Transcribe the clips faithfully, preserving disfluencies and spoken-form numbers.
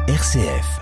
R C F.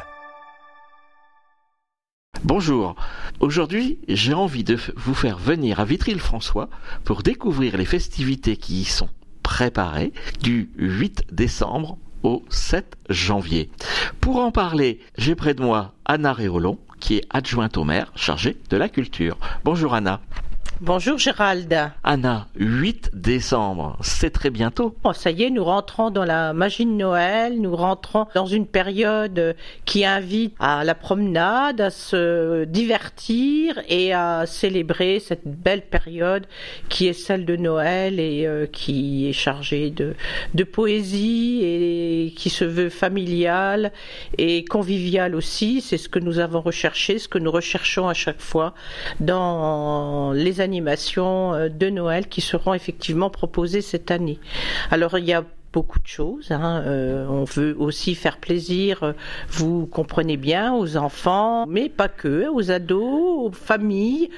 Bonjour, aujourd'hui j'ai envie de vous faire venir à Vitry-le-François pour découvrir les festivités qui y sont préparées du huit décembre au sept janvier. Pour en parler, j'ai près de moi Anna Réolon, qui est adjointe au maire chargée de la culture. Bonjour Anna. Bonjour Gérald. Anna, huit décembre, c'est très bientôt. Oh, ça y est, nous rentrons dans la magie de Noël, nous rentrons dans une période qui invite à la promenade, à se divertir et à célébrer cette belle période qui est celle de Noël et euh, qui est chargée de, de poésie et qui se veut familiale et conviviale aussi. C'est ce que nous avons recherché, ce que nous recherchons à chaque fois dans les animations de Noël qui seront effectivement proposées cette année. Alors il y a beaucoup de choses. Hein. Euh, on veut aussi faire plaisir, vous comprenez bien, aux enfants, mais pas que, aux ados, aux familles,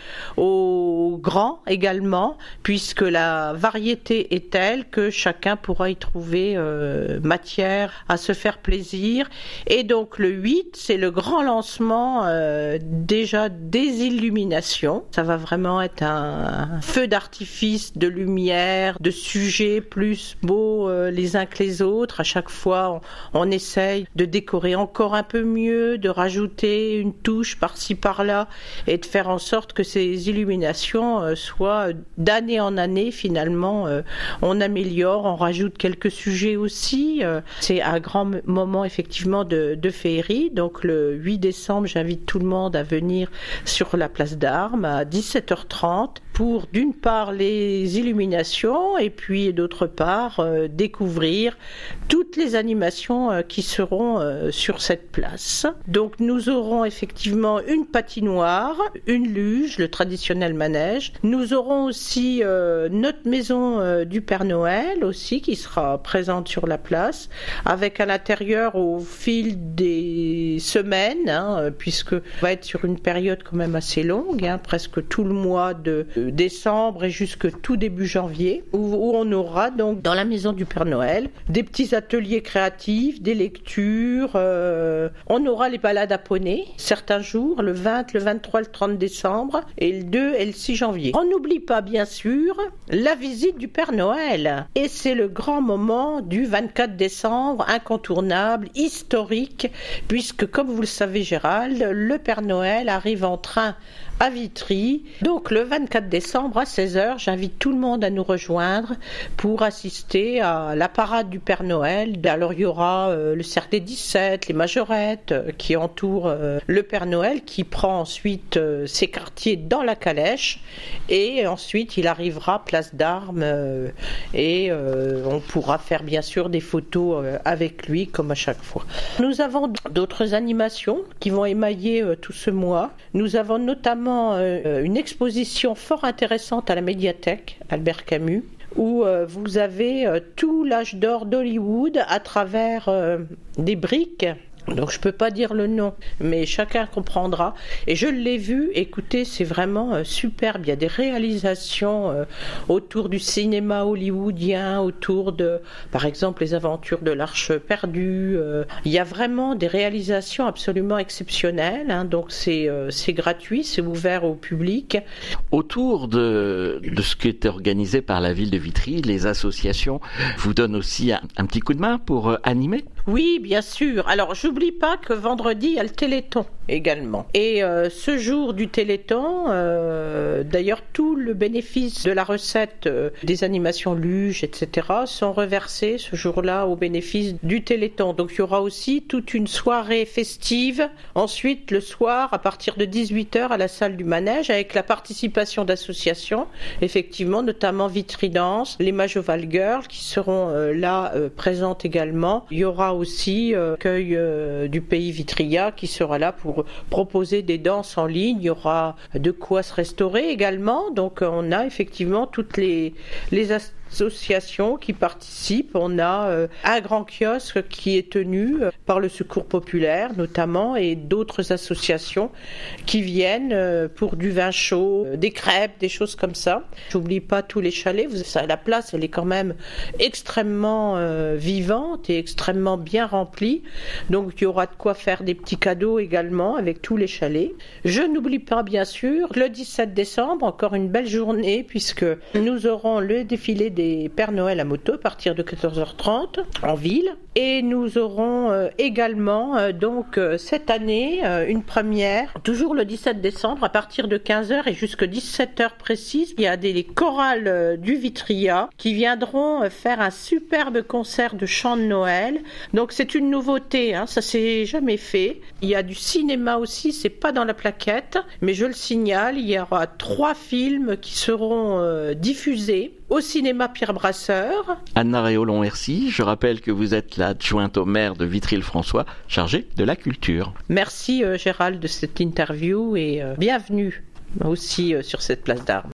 aux grands également, puisque la variété est telle que chacun pourra y trouver euh, matière à se faire plaisir. Et donc le huit, c'est le grand lancement euh, déjà des illuminations. Ça va vraiment être un feu d'artifice, de lumière, de sujets plus beaux euh, les les uns que les autres. À chaque fois, on, on essaye de décorer encore un peu mieux, de rajouter une touche par-ci par-là et de faire en sorte que ces illuminations euh, soient d'année en année, finalement, euh, on améliore, on rajoute quelques sujets aussi. Euh, c'est un grand m- moment, effectivement, de, de féerie. Donc, le huit décembre, j'invite tout le monde à venir sur la place d'Armes à dix-sept heures trente pour, d'une part, les illuminations et puis, d'autre part, euh, découvrir toutes les animations euh, qui seront euh, sur cette place. Donc nous aurons effectivement une patinoire, une luge, le traditionnel manège. Nous aurons aussi euh, notre maison euh, du Père Noël aussi qui sera présente sur la place, avec à l'intérieur au fil des semaines, hein, puisque on va être sur une période quand même assez longue, hein, presque tout le mois de euh, décembre et jusque tout début janvier, où, où on aura donc dans la maison du Père Noël des petits ateliers créatifs, des lectures. Euh, on aura les balades à poney certains jours, le vingt, le vingt-trois, le trente décembre et le deux et le six janvier. On n'oublie pas bien sûr la visite du Père Noël. Et c'est le grand moment du vingt-quatre décembre, incontournable, historique, puisque comme vous le savez Gérald, le Père Noël arrive en train à Vitry. Donc le vingt-quatre décembre à seize heures, j'invite tout le monde à nous rejoindre pour assister à la parade du Père Noël. Alors il y aura euh, le cercle des dix-sept, les majorettes euh, qui entourent euh, le Père Noël, qui prend ensuite euh, ses quartiers dans la calèche et ensuite il arrivera place d'Armes euh, et euh, on pourra faire bien sûr des photos euh, avec lui comme à chaque fois. Nous avons d'autres animations qui vont émailler euh, tout ce mois. Nous avons notamment euh, une exposition fort intéressante à la médiathèque Albert Camus, où euh, vous avez euh, tout l'âge d'or d'Hollywood à travers euh, des briques. Donc je peux pas dire le nom, mais chacun comprendra. Et je l'ai vu, écoutez, c'est vraiment euh, superbe. Il y a des réalisations euh, autour du cinéma hollywoodien, autour de, par exemple, les aventures de l'Arche perdue. Euh, il y a vraiment des réalisations absolument exceptionnelles. Hein, donc c'est euh, c'est gratuit, c'est ouvert au public. Autour de, de ce qui est organisé par la ville de Vitry, les associations vous donnent aussi un, un petit coup de main pour euh, animer ? Oui, bien sûr. Alors, j'oublie pas que vendredi, il y a le Téléthon également. Et euh, ce jour du Téléthon, euh, d'ailleurs, tout le bénéfice de la recette euh, des animations luge, et cetera, sont reversés ce jour-là au bénéfice du Téléthon. Donc, il y aura aussi toute une soirée festive. Ensuite, le soir, à partir de dix-huit heures, à la salle du manège, avec la participation d'associations, effectivement, notamment Vitry Danse, les Majoval Girls, qui seront euh, là euh, présentes également. Il y aura aussi euh, l'accueil euh, du pays Vitria qui sera là pour proposer des danses en ligne. Il y aura de quoi se restaurer également. Donc on a effectivement toutes les, les associations qui participent. On a euh, un grand kiosque qui est tenu euh, par le Secours populaire notamment et d'autres associations qui viennent euh, pour du vin chaud, euh, des crêpes, des choses comme ça. J'oublie pas tous les chalets. Vous, ça, la place, elle est quand même extrêmement euh, vivante et extrêmement bien remplie. Donc il y aura de quoi faire des petits cadeaux également avec tous les chalets. Je n'oublie pas bien sûr le dix-sept décembre, encore une belle journée puisque nous aurons le défilé des Pères Noël à moto à partir de quatorze heures trente en ville. Et nous aurons euh, également euh, donc euh, cette année euh, une première, toujours le dix-sept décembre à partir de quinze heures et jusqu'à dix-sept heures précises. Il y a des chorales euh, du Vitria qui viendront euh, faire un superbe concert de chant de Noël. Donc c'est une nouveauté, hein, ça s'est jamais fait. Il y a du cinéma aussi, c'est pas dans la plaquette, mais je le signale, il y aura trois films qui seront euh, diffusés au cinéma Pierre Brasseur. Anna Réaulon-Hercy, je rappelle que vous êtes l'adjointe au maire de Vitry-le-François, chargée de la culture. Merci euh, Gérald de cette interview et euh, bienvenue aussi euh, sur cette place d'Armes.